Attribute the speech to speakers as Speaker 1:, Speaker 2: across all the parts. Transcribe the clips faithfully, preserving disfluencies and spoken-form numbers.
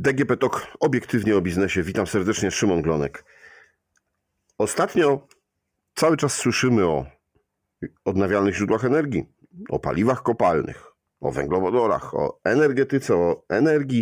Speaker 1: D G P Talk, obiektywnie o biznesie. Witam serdecznie, Szymon Glonek. Ostatnio cały czas słyszymy o odnawialnych źródłach energii, o paliwach kopalnych, o węglowodorach, o energetyce, o energii.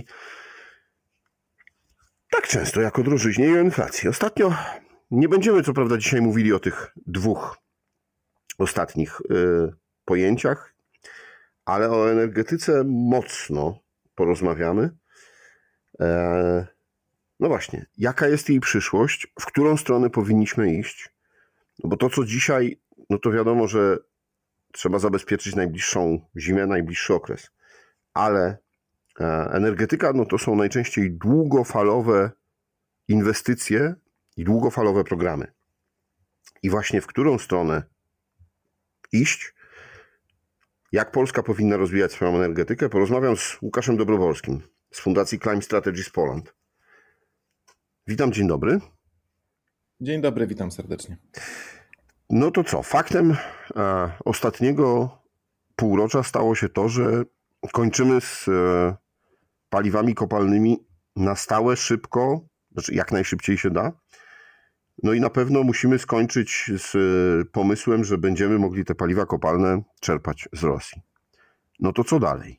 Speaker 1: Tak często jak o drożyźnie i o inflacji. Ostatnio nie będziemy co prawda dzisiaj mówili o tych dwóch ostatnich y, pojęciach, ale o energetyce mocno porozmawiamy. E, no właśnie, jaka jest jej przyszłość, w którą stronę powinniśmy iść? No bo to, co dzisiaj, no to wiadomo, że trzeba zabezpieczyć najbliższą zimę, najbliższy okres. Ale e, energetyka, no to są najczęściej długofalowe inwestycje i długofalowe programy. I właśnie w którą stronę iść, jak Polska powinna rozwijać swoją energetykę, porozmawiam z Łukaszem Dobrowolskim z Fundacji Climate Strategies Poland. Witam, dzień dobry.
Speaker 2: Dzień dobry, witam serdecznie.
Speaker 1: No to co, faktem e, ostatniego półrocza stało się to, że kończymy z e, paliwami kopalnymi na stałe, szybko, znaczy jak najszybciej się da. No i na pewno musimy skończyć z e, pomysłem, że będziemy mogli te paliwa kopalne czerpać z Rosji. No to co dalej?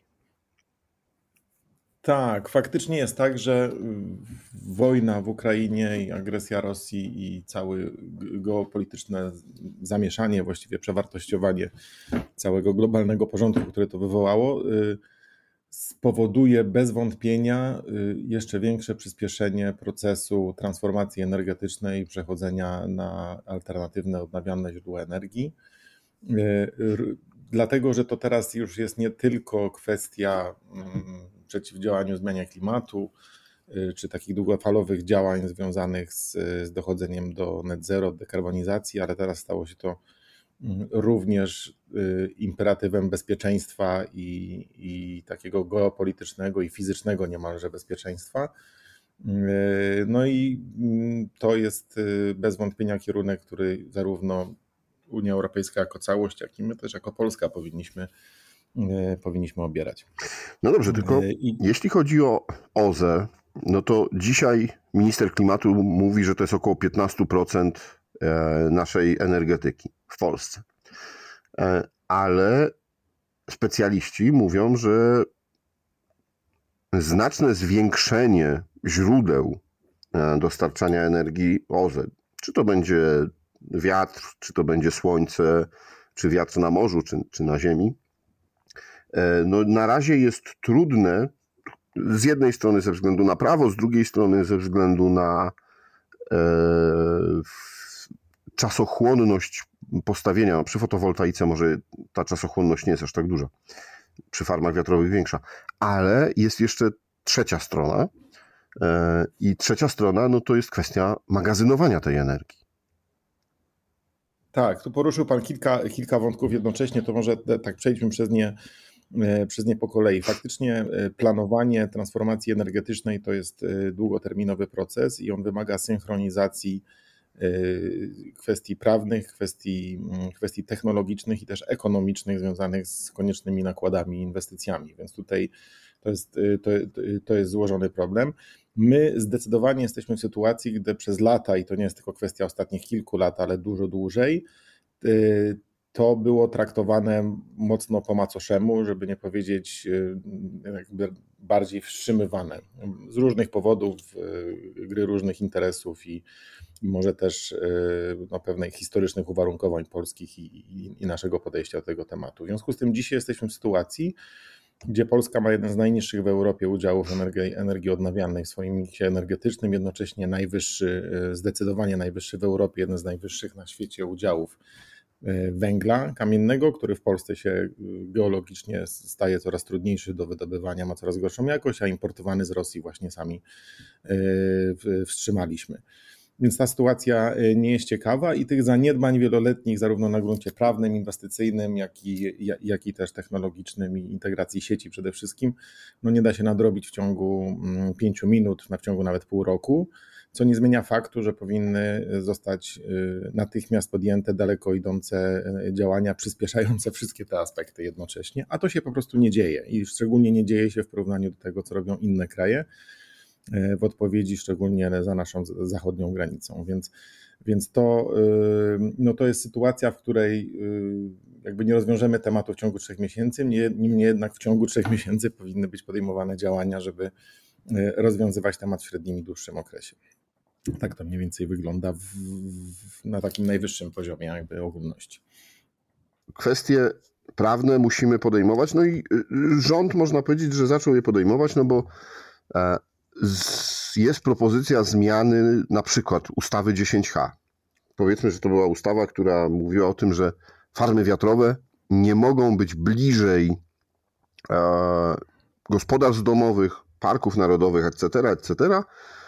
Speaker 2: Tak, faktycznie jest tak, że wojna w Ukrainie i agresja Rosji i całe geopolityczne zamieszanie, właściwie przewartościowanie całego globalnego porządku, które to wywołało, spowoduje bez wątpienia jeszcze większe przyspieszenie procesu transformacji energetycznej, przechodzenia na alternatywne, odnawialne źródła energii. Dlatego, że to teraz już jest nie tylko kwestia przeciwdziałaniu zmianie klimatu, czy takich długofalowych działań związanych z, z dochodzeniem do net zero, dekarbonizacji, ale teraz stało się to również imperatywem bezpieczeństwa i, i takiego geopolitycznego i fizycznego niemalże bezpieczeństwa. No i to jest bez wątpienia kierunek, który zarówno Unia Europejska jako całość, jak i my też jako Polska powinniśmy, powinniśmy obierać.
Speaker 1: No dobrze, tylko I... jeśli chodzi o O Z E, no to dzisiaj minister klimatu mówi, że to jest około piętnaście procent naszej energetyki w Polsce. Ale specjaliści mówią, że znaczne zwiększenie źródeł dostarczania energii O Z E, czy to będzie wiatr, czy to będzie słońce, czy wiatr na morzu, czy, czy na ziemi, no na razie jest trudne, z jednej strony ze względu na prawo, z drugiej strony ze względu na e, czasochłonność postawienia. No przy fotowoltaice może ta czasochłonność nie jest aż tak duża, przy farmach wiatrowych większa, ale jest jeszcze trzecia strona e, i trzecia strona no to jest kwestia magazynowania tej energii.
Speaker 2: Tak, tu poruszył Pan kilka, kilka wątków jednocześnie, to może tak przejdźmy przez nie, przez nie po kolei. Faktycznie planowanie transformacji energetycznej to jest długoterminowy proces i on wymaga synchronizacji kwestii prawnych, kwestii, kwestii technologicznych i też ekonomicznych związanych z koniecznymi nakładami i inwestycjami, więc tutaj to jest, to, to jest złożony problem. My zdecydowanie jesteśmy w sytuacji, gdy przez lata, i to nie jest tylko kwestia ostatnich kilku lat, ale dużo dłużej, to było traktowane mocno po macoszemu, żeby nie powiedzieć jakby bardziej wstrzymywane. Z różnych powodów, gry różnych interesów i, i może też no, pewnych historycznych uwarunkowań polskich i, i, i naszego podejścia do tego tematu. W związku z tym dzisiaj jesteśmy w sytuacji, gdzie Polska ma jeden z najniższych w Europie udziałów energii, energii odnawialnej w swoim miksie energetycznym, jednocześnie najwyższy, zdecydowanie najwyższy w Europie, jeden z najwyższych na świecie udziałów węgla kamiennego, który w Polsce się geologicznie staje coraz trudniejszy do wydobywania, ma coraz gorszą jakość, a importowany z Rosji właśnie sami wstrzymaliśmy. Więc ta sytuacja nie jest ciekawa i tych zaniedbań wieloletnich zarówno na gruncie prawnym, inwestycyjnym, jak i, jak i też technologicznym i integracji sieci przede wszystkim, no nie da się nadrobić w ciągu pięciu minut, w ciągu nawet pół roku, co nie zmienia faktu, że powinny zostać natychmiast podjęte daleko idące działania przyspieszające wszystkie te aspekty jednocześnie, a to się po prostu nie dzieje i szczególnie nie dzieje się w porównaniu do tego, co robią inne kraje. w odpowiedzi, szczególnie za naszą zachodnią granicą. Więc, więc to, no to jest sytuacja, w której jakby nie rozwiążemy tematu w ciągu trzech miesięcy, niemniej jednak w ciągu trzech miesięcy powinny być podejmowane działania, żeby rozwiązywać temat w średnim i dłuższym okresie. Tak to mniej więcej wygląda w, w, na takim najwyższym poziomie jakby ogólności.
Speaker 1: Kwestie prawne musimy podejmować, no i rząd można powiedzieć, że zaczął je podejmować, no bo jest propozycja zmiany na przykład ustawy dziesięć H. Powiedzmy, że to była ustawa, która mówiła o tym, że farmy wiatrowe nie mogą być bliżej gospodarstw domowych, parków narodowych, et cetera, et cetera,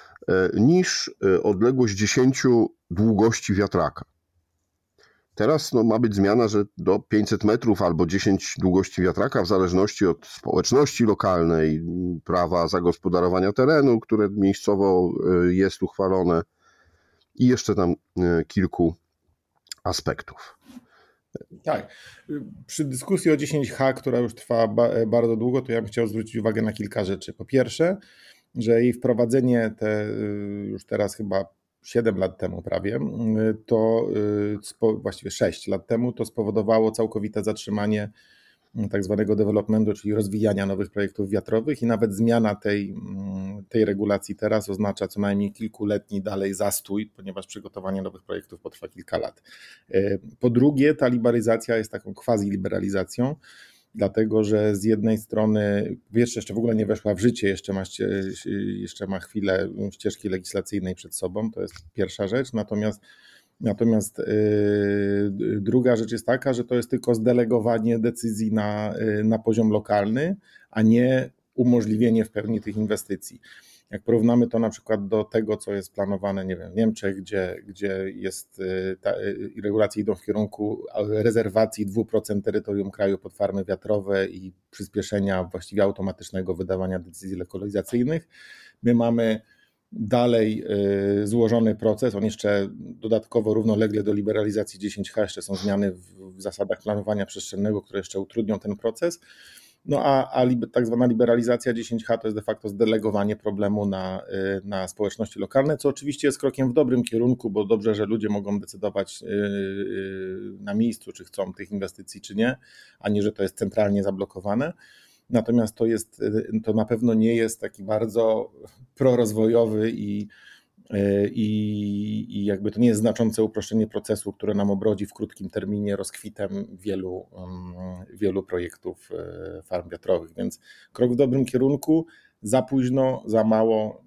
Speaker 1: niż odległość dziesięć długości wiatraka. Teraz no, ma być zmiana, że do pięćset metrów albo dziesięć długości wiatraka, w zależności od społeczności lokalnej, prawa zagospodarowania terenu, które miejscowo jest uchwalone i jeszcze tam kilku aspektów.
Speaker 2: Tak. Przy dyskusji o dziesięć H, która już trwa bardzo długo, to ja bym chciał zwrócić uwagę na kilka rzeczy. Po pierwsze, że jej wprowadzenie te już teraz chyba siedem lat temu prawie, to właściwie sześć lat temu, to spowodowało całkowite zatrzymanie tak zwanego developmentu, czyli rozwijania nowych projektów wiatrowych i nawet zmiana tej, tej regulacji teraz oznacza co najmniej kilkuletni dalej zastój, ponieważ przygotowanie nowych projektów potrwa kilka lat. Po drugie, ta liberalizacja jest taką quasi-liberalizacją, dlatego że z jednej strony, jeszcze, jeszcze w ogóle nie weszła w życie, jeszcze ma, jeszcze ma chwilę ścieżki legislacyjnej przed sobą, to jest pierwsza rzecz, natomiast Natomiast yy, druga rzecz jest taka, że to jest tylko zdelegowanie decyzji na, yy, na poziom lokalny, a nie umożliwienie w pełni tych inwestycji. Jak porównamy to na przykład do tego, co jest planowane, nie wiem, w Niemczech, gdzie, gdzie jest yy, ta, yy, regulacje idą w kierunku rezerwacji dwa procent terytorium kraju pod farmy wiatrowe i przyspieszenia właściwie automatycznego wydawania decyzji lokalizacyjnych. My mamy dalej złożony proces, on jeszcze dodatkowo równolegle do liberalizacji dziesięć H jeszcze są zmiany w zasadach planowania przestrzennego, które jeszcze utrudnią ten proces. No a, a tak zwana liberalizacja dziesięć H to jest de facto zdelegowanie problemu na, na społeczności lokalne, co oczywiście jest krokiem w dobrym kierunku, bo dobrze, że ludzie mogą decydować na miejscu, czy chcą tych inwestycji, czy nie, a nie, że to jest centralnie zablokowane. Natomiast to jest, to na pewno nie jest taki bardzo prorozwojowy i, i, i jakby to nie jest znaczące uproszczenie procesu, które nam obrodzi w krótkim terminie rozkwitem wielu, wielu projektów farm wiatrowych. Więc krok w dobrym kierunku, za późno, za mało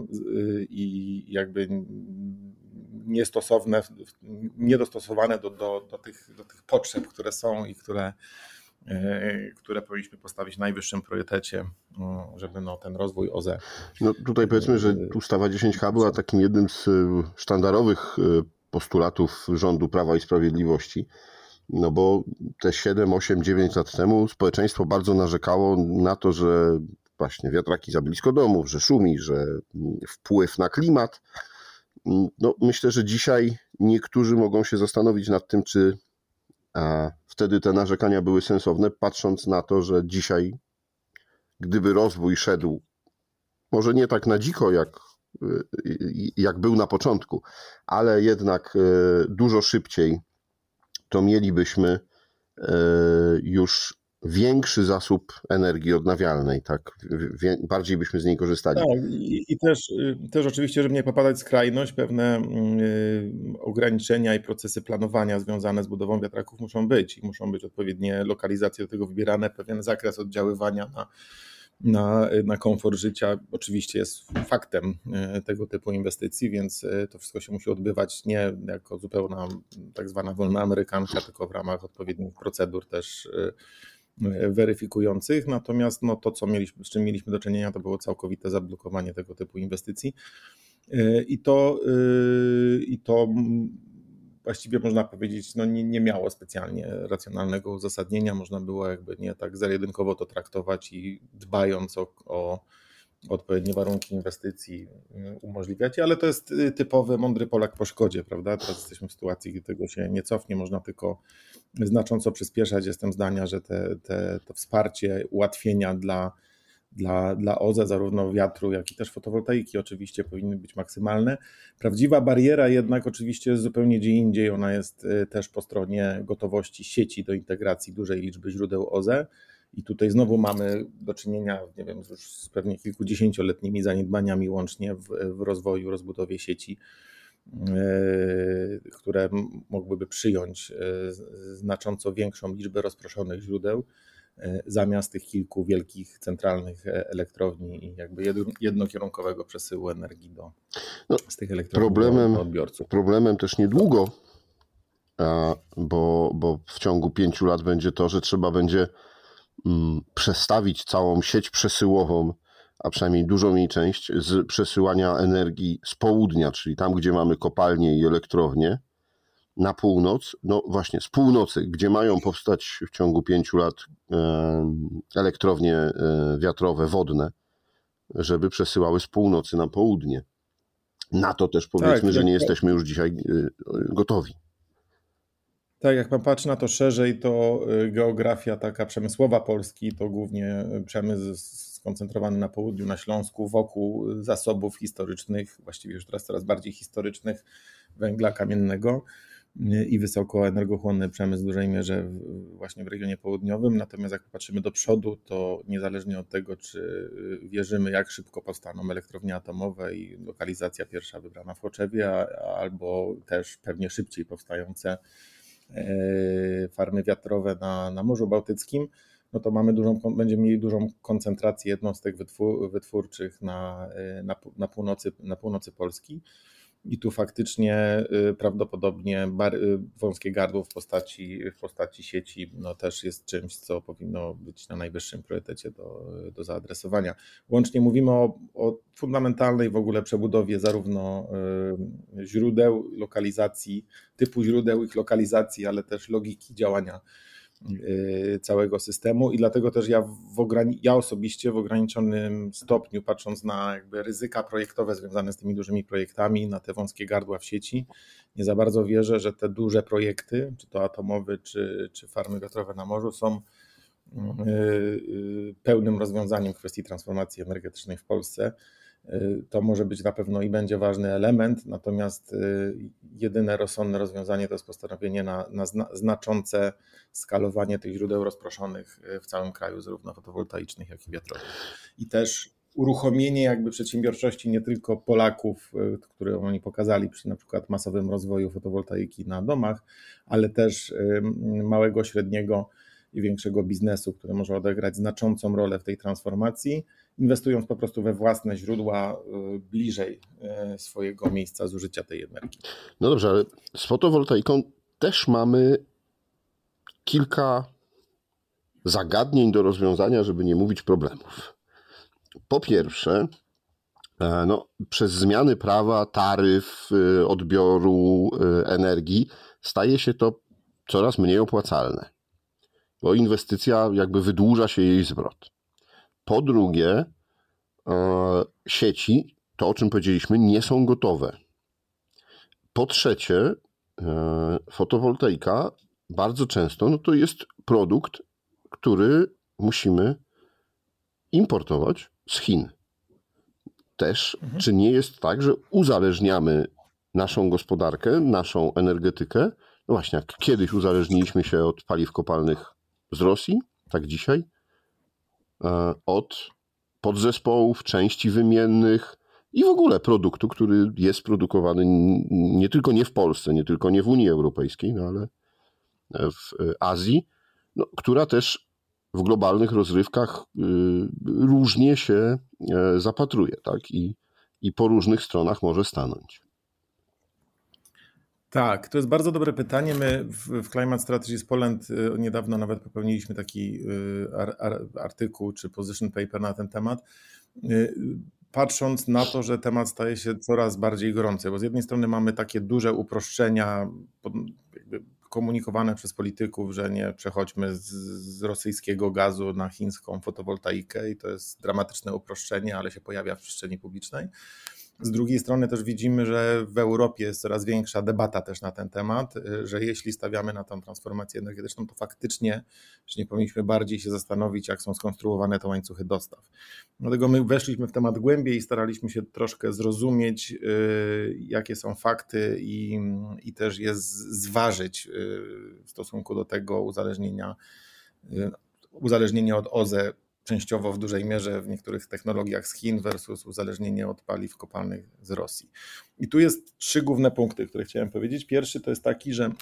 Speaker 2: i jakby niestosowne, niedostosowane do, do, do, tych, do tych potrzeb, które są i które które powinniśmy postawić w najwyższym priorytecie, żeby no, ten rozwój O Z E.
Speaker 1: No tutaj powiedzmy, że ustawa dziesięć H była takim jednym z sztandarowych postulatów rządu Prawa i Sprawiedliwości, no bo te siedem, osiem, dziewięć lat temu społeczeństwo bardzo narzekało na to, że właśnie wiatraki za blisko domów, że szumi, że wpływ na klimat. No myślę, że dzisiaj niektórzy mogą się zastanowić nad tym, czy a wtedy te narzekania były sensowne, patrząc na to, że dzisiaj, gdyby rozwój szedł, może nie tak na dziko, jak, jak był na początku, ale jednak dużo szybciej, to mielibyśmy już większy zasób energii odnawialnej, tak? Bardziej byśmy z niej korzystali.
Speaker 2: Tak, i, i też, też oczywiście, żeby nie popadać w skrajność, pewne y, ograniczenia i procesy planowania związane z budową wiatraków muszą być i muszą być odpowiednie lokalizacje do tego wybierane, pewien zakres oddziaływania na, na, na komfort życia oczywiście jest faktem tego typu inwestycji, więc to wszystko się musi odbywać nie jako zupełna tak zwana wolna amerykanka, tylko w ramach odpowiednich procedur też weryfikujących, natomiast no, to, co mieliśmy, z czym mieliśmy do czynienia, to było całkowite zablokowanie tego typu inwestycji i to, i to właściwie można powiedzieć, no nie, nie miało specjalnie racjonalnego uzasadnienia, można było jakby nie tak zero-jedynkowo to traktować i dbając o, o odpowiednie warunki inwestycji umożliwiać, ale to jest typowy mądry Polak po szkodzie, prawda? Teraz jesteśmy w sytuacji, gdy tego się nie cofnie, można tylko znacząco przyspieszać. Jestem zdania, że te, te, to wsparcie, ułatwienia dla, dla, dla O Z E, zarówno wiatru, jak i też fotowoltaiki oczywiście powinny być maksymalne. Prawdziwa bariera jednak oczywiście jest zupełnie gdzie indziej, ona jest też po stronie gotowości sieci do integracji dużej liczby źródeł O Z E i tutaj znowu mamy do czynienia, nie wiem, już z pewnie kilkudziesięcioletnimi zaniedbaniami łącznie w, w rozwoju, rozbudowie sieci, które mogłyby przyjąć znacząco większą liczbę rozproszonych źródeł zamiast tych kilku wielkich centralnych elektrowni i jakby jednokierunkowego przesyłu energii do,
Speaker 1: no,
Speaker 2: z tych elektrowni
Speaker 1: problemem,
Speaker 2: do, do odbiorców.
Speaker 1: Problemem też niedługo, bo, bo w ciągu pięciu lat będzie to, że trzeba będzie mm, przestawić całą sieć przesyłową, a przynajmniej dużą jej część z przesyłania energii z południa, czyli tam, gdzie mamy kopalnie i elektrownie, na północ, no właśnie z północy, gdzie mają powstać w ciągu pięciu lat elektrownie wiatrowe, wodne, żeby przesyłały z północy na południe. Na to też powiedzmy, tak, że nie jesteśmy już dzisiaj gotowi.
Speaker 2: Tak, jak pan patrzy na to szerzej, to geografia taka przemysłowa Polski to głównie przemysł skoncentrowany na południu, na Śląsku, wokół zasobów historycznych, właściwie już teraz coraz bardziej historycznych węgla kamiennego i wysokoenergochłonny przemysł w dużej mierze właśnie w regionie południowym. Natomiast jak patrzymy do przodu, to niezależnie od tego, czy wierzymy, jak szybko powstaną elektrownie atomowe i lokalizacja pierwsza wybrana w Choczewie, albo też pewnie szybciej powstające farmy wiatrowe na, na Morzu Bałtyckim, no to mamy dużą, będziemy mieli dużą koncentrację jednostek wytwór, wytwórczych na, na, na, północy, na północy Polski. I tu faktycznie prawdopodobnie bar, wąskie gardło w postaci, w postaci sieci no też jest czymś, co powinno być na najwyższym priorytecie do, do zaadresowania. Łącznie mówimy o, o fundamentalnej w ogóle przebudowie zarówno źródeł, lokalizacji, typu źródeł, ich lokalizacji, ale też logiki działania całego systemu i dlatego też ja, w ograni- ja osobiście w ograniczonym stopniu, patrząc na jakby ryzyka projektowe związane z tymi dużymi projektami, na te wąskie gardła w sieci, nie za bardzo wierzę, że te duże projekty, czy to atomowe, czy, czy farmy wiatrowe na morzu są pełnym rozwiązaniem kwestii transformacji energetycznej w Polsce. To może być na pewno i będzie ważny element, natomiast jedyne rozsądne rozwiązanie to jest postanowienie na, na znaczące skalowanie tych źródeł rozproszonych w całym kraju, zarówno fotowoltaicznych, jak i wiatrowych. I też uruchomienie jakby przedsiębiorczości nie tylko Polaków, które oni pokazali przy na przykład masowym rozwoju fotowoltaiki na domach, ale też małego, średniego i większego biznesu, który może odegrać znaczącą rolę w tej transformacji, inwestując po prostu we własne źródła bliżej swojego miejsca zużycia tej energii.
Speaker 1: No dobrze, ale z fotowoltaiką też mamy kilka zagadnień do rozwiązania, żeby nie mówić problemów. Po pierwsze, no, przez zmiany prawa, taryf, odbioru energii staje się to coraz mniej opłacalne, bo inwestycja jakby wydłuża się jej zwrot. Po drugie, sieci, to o czym powiedzieliśmy, nie są gotowe. Po trzecie, fotowoltaika bardzo często no to jest produkt, który musimy importować z Chin. Też, mhm. Czy nie jest tak, że uzależniamy naszą gospodarkę, naszą energetykę, no właśnie jak kiedyś uzależniliśmy się od paliw kopalnych z Rosji, tak dzisiaj, od podzespołów, części wymiennych i w ogóle produktu, który jest produkowany nie tylko nie w Polsce, nie tylko nie w Unii Europejskiej, no ale w Azji, no, która też w globalnych rozrywkach różnie się zapatruje, tak? I, i po różnych stronach może stanąć.
Speaker 2: Tak, to jest bardzo dobre pytanie. My w, w Climate Strategies Poland niedawno nawet popełniliśmy taki ar, ar, artykuł czy position paper na ten temat, patrząc na to, że temat staje się coraz bardziej gorący, bo z jednej strony mamy takie duże uproszczenia jakby komunikowane przez polityków, że nie przechodźmy z, z rosyjskiego gazu na chińską fotowoltaikę i to jest dramatyczne uproszczenie, ale się pojawia w przestrzeni publicznej. Z drugiej strony też widzimy, że w Europie jest coraz większa debata też na ten temat, że jeśli stawiamy na tą transformację energetyczną, to faktycznie, że nie powinniśmy bardziej się zastanowić, jak są skonstruowane te łańcuchy dostaw. Dlatego my weszliśmy w temat głębiej i staraliśmy się troszkę zrozumieć, jakie są fakty i, i też je zważyć w stosunku do tego uzależnienia, uzależnienie od O Z E częściowo w dużej mierze w niektórych technologiach z Chin versus uzależnienie od paliw kopalnych z Rosji. I tu jest trzy główne punkty, które chciałem powiedzieć. Pierwszy to jest taki, że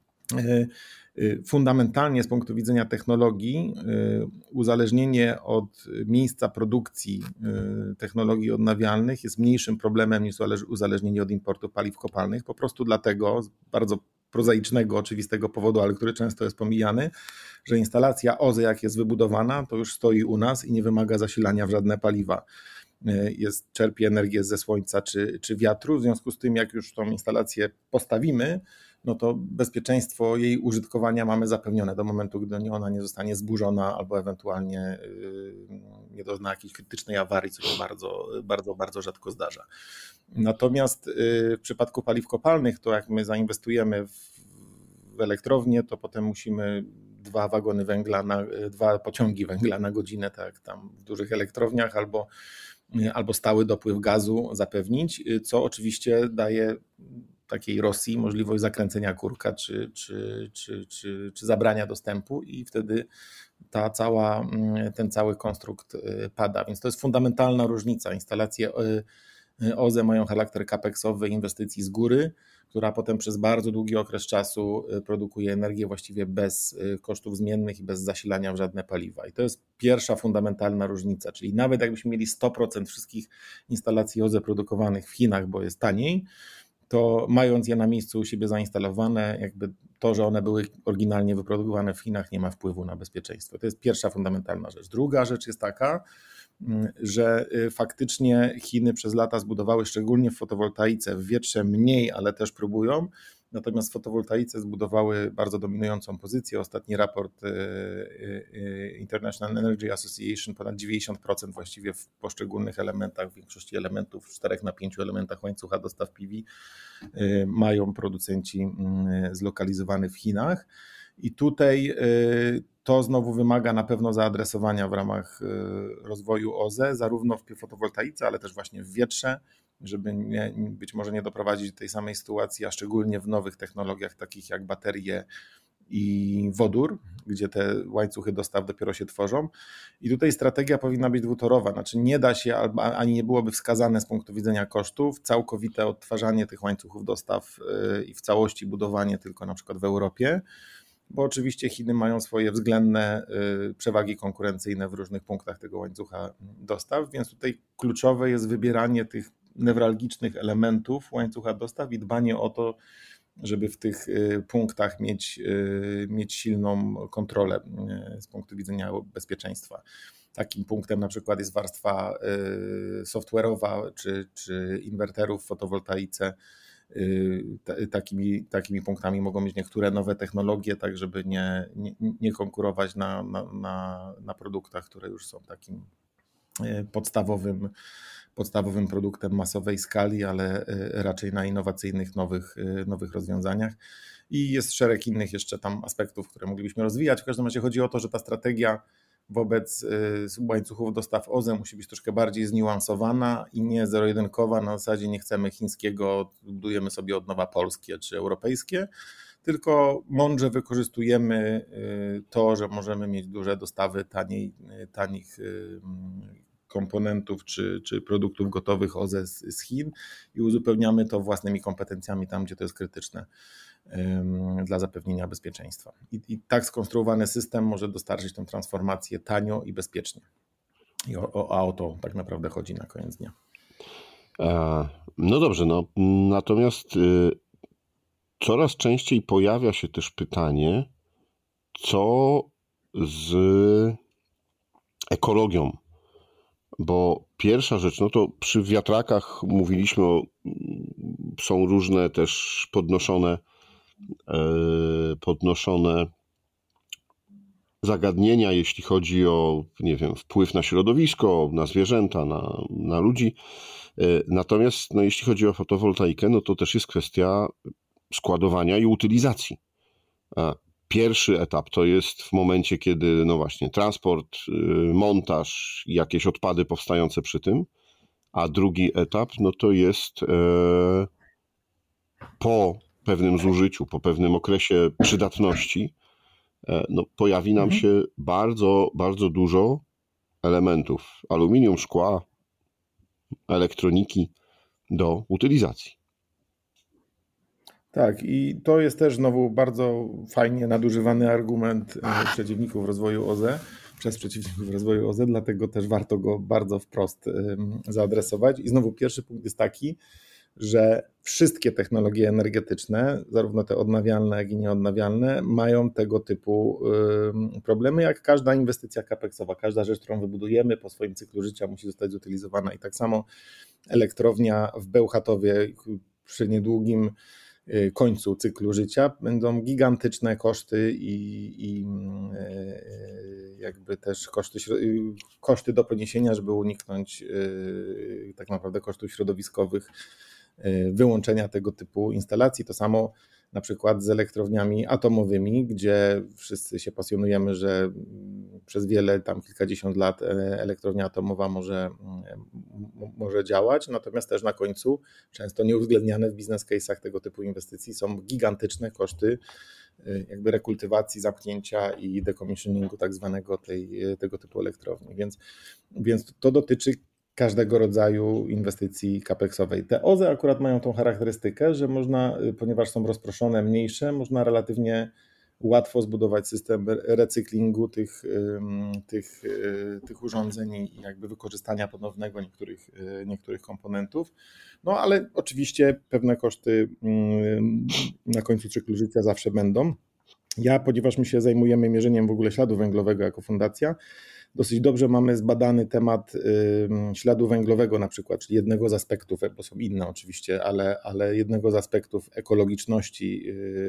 Speaker 2: fundamentalnie z punktu widzenia technologii uzależnienie od miejsca produkcji technologii odnawialnych jest mniejszym problemem niż uzależnienie od importu paliw kopalnych, po prostu dlatego, z bardzo prozaicznego, oczywistego powodu, ale który często jest pomijany, że instalacja O Z E, jak jest wybudowana, to już stoi u nas i nie wymaga zasilania w żadne paliwa. Jest, czerpie energię ze słońca czy, czy wiatru, w związku z tym jak już tą instalację postawimy, no to bezpieczeństwo jej użytkowania mamy zapewnione do momentu, gdy ona nie zostanie zburzona albo ewentualnie nie dozna jakiejś krytycznej awarii, co się bardzo, bardzo, bardzo rzadko zdarza. Natomiast w przypadku paliw kopalnych, to jak my zainwestujemy w, w elektrownię, to potem musimy dwa wagony węgla, na, dwa pociągi węgla na godzinę, tak jak tam w dużych elektrowniach, albo, albo stały dopływ gazu zapewnić, co oczywiście daje takiej Rosji możliwość zakręcenia kurka czy, czy, czy, czy, czy zabrania dostępu i wtedy ta cała, ten cały konstrukt pada. Więc to jest fundamentalna różnica. Instalacje O Z E mają charakter kapeksowy, inwestycji z góry, która potem przez bardzo długi okres czasu produkuje energię właściwie bez kosztów zmiennych i bez zasilania w żadne paliwa. I to jest pierwsza fundamentalna różnica, czyli nawet jakbyśmy mieli sto procent wszystkich instalacji O Z E produkowanych w Chinach, bo jest taniej, to mając je na miejscu u siebie zainstalowane, jakby to, że one były oryginalnie wyprodukowane w Chinach, nie ma wpływu na bezpieczeństwo. To jest pierwsza fundamentalna rzecz. Druga rzecz jest taka, że faktycznie Chiny przez lata zbudowały, szczególnie w fotowoltaice, w wietrze mniej, ale też próbują, natomiast w fotowoltaice zbudowały bardzo dominującą pozycję. Ostatni raport International Energy Association, ponad dziewięćdziesiąt procent właściwie w poszczególnych elementach, w większości elementów, w czterech na pięciu elementach łańcucha dostaw P V mają producenci zlokalizowany w Chinach. I tutaj to znowu wymaga na pewno zaadresowania w ramach rozwoju O Z E, zarówno w fotowoltaice, ale też właśnie w wietrze, żeby nie, być może nie doprowadzić do tej samej sytuacji, a szczególnie w nowych technologiach takich jak baterie i wodór, gdzie te łańcuchy dostaw dopiero się tworzą. I tutaj strategia powinna być dwutorowa, znaczy nie da się, ani nie byłoby wskazane z punktu widzenia kosztów, całkowite odtwarzanie tych łańcuchów dostaw i w całości budowanie tylko na przykład w Europie, bo oczywiście Chiny mają swoje względne przewagi konkurencyjne w różnych punktach tego łańcucha dostaw, więc tutaj kluczowe jest wybieranie tych newralgicznych elementów łańcucha dostaw i dbanie o to, żeby w tych punktach mieć, mieć silną kontrolę z punktu widzenia bezpieczeństwa. Takim punktem na przykład jest warstwa software'owa czy, czy inwerterów w fotowoltaice. Takimi, takimi punktami mogą być niektóre nowe technologie, tak żeby nie, nie, nie konkurować na, na, na, na produktach, które już są takim podstawowym, podstawowym produktem masowej skali, ale raczej na innowacyjnych nowych, nowych rozwiązaniach. I jest szereg innych jeszcze tam aspektów, które moglibyśmy rozwijać. W każdym razie chodzi o to, że ta strategia wobec łańcuchów dostaw O Z E musi być troszkę bardziej zniuansowana i nie zero-jedynkowa, na zasadzie nie chcemy chińskiego, budujemy sobie od nowa polskie czy europejskie, tylko mądrze wykorzystujemy to, że możemy mieć duże dostawy taniej, tanich komponentów czy, czy produktów gotowych O Z E z, z Chin i uzupełniamy to własnymi kompetencjami tam, gdzie to jest krytyczne dla zapewnienia bezpieczeństwa. I, I tak skonstruowany system może dostarczyć tę transformację tanio i bezpiecznie. I o, o, a o to tak naprawdę chodzi na koniec dnia.
Speaker 1: No dobrze, no natomiast y, coraz częściej pojawia się też pytanie, co z ekologią? Bo pierwsza rzecz, no to przy wiatrakach mówiliśmy, o, są różne też podnoszone, podnoszone zagadnienia, jeśli chodzi o, nie wiem, wpływ na środowisko, na zwierzęta, na, na ludzi. Natomiast no, jeśli chodzi o fotowoltaikę, no to też jest kwestia składowania i utylizacji. Pierwszy etap to jest w momencie, kiedy no właśnie transport, montaż, jakieś odpady powstające przy tym, a drugi etap no to jest e, po pewnym zużyciu, po pewnym okresie przydatności, e, no, pojawi nam
Speaker 2: Mhm.
Speaker 1: się bardzo, bardzo dużo elementów aluminium, szkła, elektroniki do utylizacji.
Speaker 2: Tak, i to jest też znowu bardzo fajnie nadużywany argument e, przeciwników rozwoju O Z E, przez przeciwników rozwoju O Z E, dlatego też warto go bardzo wprost em, zaadresować. I znowu pierwszy punkt jest taki, że wszystkie technologie energetyczne, zarówno te odnawialne, jak i nieodnawialne, mają tego typu em, problemy, jak każda inwestycja kapeksowa. Każda rzecz, którą wybudujemy po swoim cyklu życia, musi zostać zutylizowana. I tak samo elektrownia w Bełchatowie przy niedługim końcu cyklu życia będą gigantyczne koszty i, i jakby też koszty, koszty do poniesienia, żeby uniknąć tak naprawdę kosztów środowiskowych wyłączenia tego typu instalacji. To samo na przykład z elektrowniami atomowymi, gdzie wszyscy się pasjonujemy, że przez wiele, tam kilkadziesiąt lat elektrownia atomowa może, może działać, natomiast też na końcu często nieuwzględniane w business case'ach tego typu inwestycji są gigantyczne koszty jakby rekultywacji, zamknięcia i decommissioningu tak zwanego tej, tego typu elektrowni. Więc, więc to dotyczy każdego rodzaju inwestycji kapeksowej. Te O Z E akurat mają tą charakterystykę, że można, ponieważ są rozproszone, mniejsze, można relatywnie łatwo zbudować system recyklingu tych, tych, tych urządzeń i jakby wykorzystania ponownego niektórych, niektórych komponentów. No ale oczywiście pewne koszty na końcu cyklu życia zawsze będą. Ja, ponieważ my się zajmujemy mierzeniem w ogóle śladu węglowego jako fundacja, dosyć dobrze mamy zbadany temat śladu węglowego na przykład, czyli jednego z aspektów, bo są inne oczywiście, ale, ale jednego z aspektów ekologiczności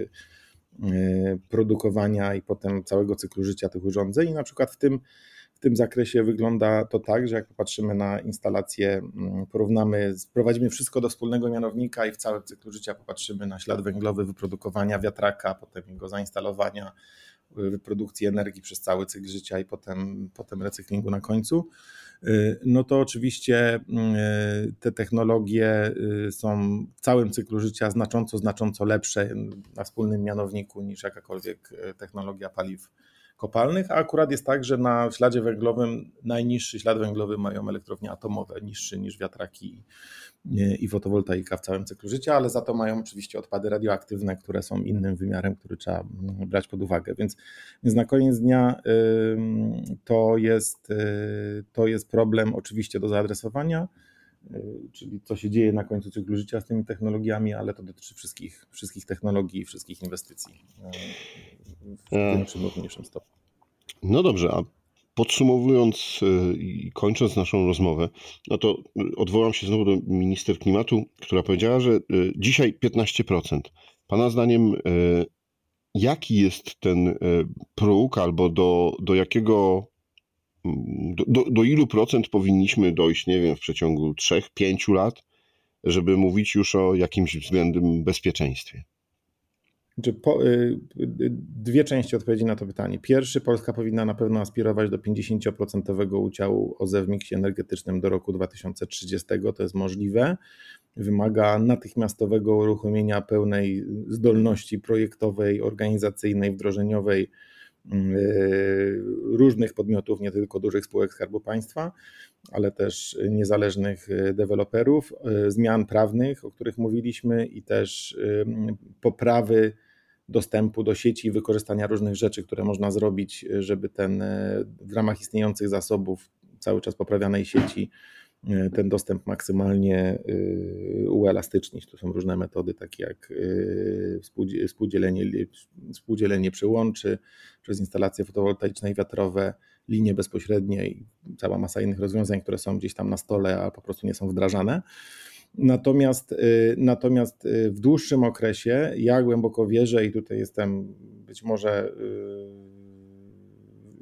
Speaker 2: produkowania i potem całego cyklu życia tych urządzeń. I na przykład w tym, w tym zakresie wygląda to tak, że jak popatrzymy na instalację, porównamy, sprowadzimy wszystko do wspólnego mianownika i w całym cyklu życia popatrzymy na ślad węglowy wyprodukowania wiatraka, potem jego zainstalowania, produkcji energii przez cały cykl życia i potem, potem recyklingu na końcu, no to oczywiście te technologie są w całym cyklu życia znacząco, znacząco lepsze na wspólnym mianowniku niż jakakolwiek technologia paliw kopalnych, a akurat jest tak, że na śladzie węglowym najniższy ślad węglowy mają elektrownie atomowe, niższy niż wiatraki i fotowoltaika w całym cyklu życia, ale za to mają oczywiście odpady radioaktywne, które są innym wymiarem, który trzeba brać pod uwagę. Więc, więc na koniec dnia to jest, to jest problem oczywiście do zaadresowania, czyli co się dzieje na końcu cyklu życia z tymi technologiami, ale to dotyczy wszystkich, wszystkich technologii i wszystkich inwestycji w większym lub mniejszym stopniu.
Speaker 1: No dobrze, a podsumowując i kończąc naszą rozmowę, no to odwołam się znowu do minister klimatu, która powiedziała, że dzisiaj piętnaście procent. Pana zdaniem jaki jest ten próg albo do, do jakiego, do, do ilu procent powinniśmy dojść, nie wiem, w przeciągu trzech, pięciu lat, żeby mówić już o jakimś względnym bezpieczeństwie?
Speaker 2: Po, dwie części odpowiedzi na to pytanie. Pierwszy, Polska powinna na pewno aspirować do pięćdziesiąt procent udziału O Z E w miksie energetycznym do roku dwa tysiące trzydziestego. To jest możliwe. Wymaga natychmiastowego uruchomienia pełnej zdolności projektowej, organizacyjnej, wdrożeniowej różnych podmiotów, nie tylko dużych spółek Skarbu Państwa, ale też niezależnych deweloperów, zmian prawnych, o których mówiliśmy, i też poprawy dostępu do sieci i wykorzystania różnych rzeczy, które można zrobić, żeby ten w ramach istniejących zasobów cały czas poprawianej sieci ten dostęp maksymalnie uelastycznić. To są różne metody, takie jak współdzielenie, współdzielenie przyłączy przez instalacje fotowoltaiczne i wiatrowe, linie bezpośrednie i cała masa innych rozwiązań, które są gdzieś tam na stole, a po prostu nie są wdrażane. Natomiast, natomiast w dłuższym okresie ja głęboko wierzę i tutaj jestem być może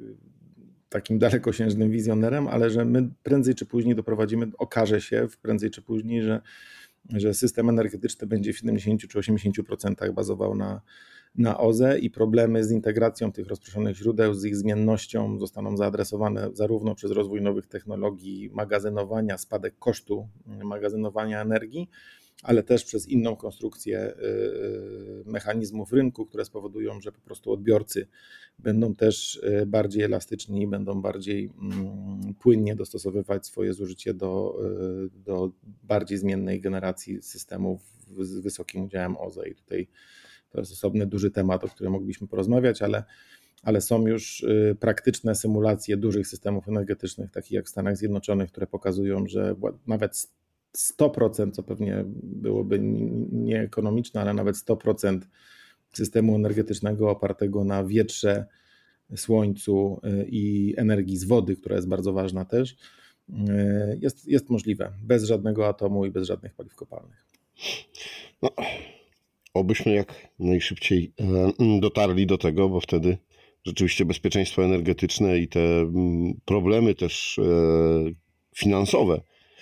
Speaker 2: takim dalekosiężnym wizjonerem, ale że my prędzej czy później doprowadzimy, okaże się prędzej czy później, że, że system energetyczny będzie w siedemdziesiąt czy osiemdziesiąt procent bazował na, na O Z E i problemy z integracją tych rozproszonych źródeł, z ich zmiennością zostaną zaadresowane zarówno przez rozwój nowych technologii magazynowania, spadek kosztu magazynowania energii, ale też przez inną konstrukcję mechanizmów rynku, które spowodują, że po prostu odbiorcy będą też bardziej elastyczni i będą bardziej płynnie dostosowywać swoje zużycie do, do bardziej zmiennej generacji systemów z wysokim udziałem O Z E. I tutaj to jest osobny duży temat, o którym moglibyśmy porozmawiać, ale, ale są już praktyczne symulacje dużych systemów energetycznych, takich jak w Stanach Zjednoczonych, które pokazują, że nawet sto procent, co pewnie byłoby nieekonomiczne, ale nawet sto procent systemu energetycznego opartego na wietrze, słońcu i energii z wody, która jest bardzo ważna też, jest, jest możliwe, bez żadnego atomu i bez żadnych paliw kopalnych.
Speaker 1: No, obyśmy jak najszybciej dotarli do tego, bo wtedy rzeczywiście bezpieczeństwo energetyczne i te problemy też finansowe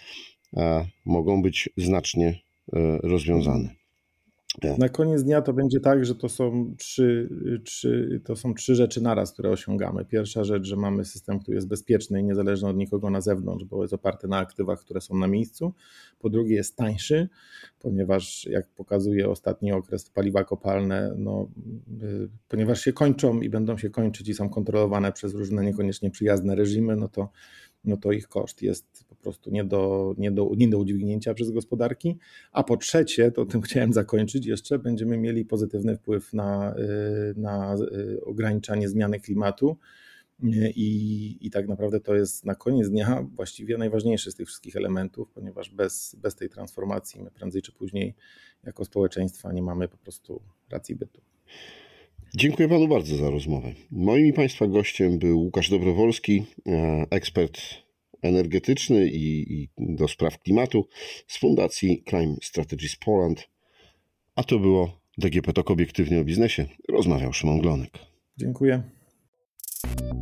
Speaker 1: mogą być znacznie rozwiązane.
Speaker 2: Na koniec dnia to będzie tak, że to są trzy, trzy, to są trzy rzeczy naraz, które osiągamy. Pierwsza rzecz, że mamy system, który jest bezpieczny i niezależny od nikogo na zewnątrz, bo jest oparty na aktywach, które są na miejscu. Po drugie, jest tańszy, ponieważ jak pokazuje ostatni okres, paliwa kopalne, no, y, ponieważ się kończą i będą się kończyć i są kontrolowane przez różne niekoniecznie przyjazne reżimy, no to no to ich koszt jest po prostu nie do, nie do, nie do udźwignięcia przez gospodarki. A po trzecie, to tym chciałem zakończyć jeszcze, będziemy mieli pozytywny wpływ na, na ograniczanie zmiany klimatu i, i tak naprawdę to jest na koniec dnia właściwie najważniejszy z tych wszystkich elementów, ponieważ bez, bez tej transformacji my prędzej czy później jako społeczeństwa nie mamy po prostu racji bytu.
Speaker 1: Dziękuję panu bardzo za rozmowę. Moim i państwa gościem był Łukasz Dobrowolski, ekspert energetyczny i, i do spraw klimatu z Fundacji Climate Strategies Poland. A to było D G P Talk obiektywnie o biznesie. Rozmawiał Szymon Glonek.
Speaker 2: Dziękuję.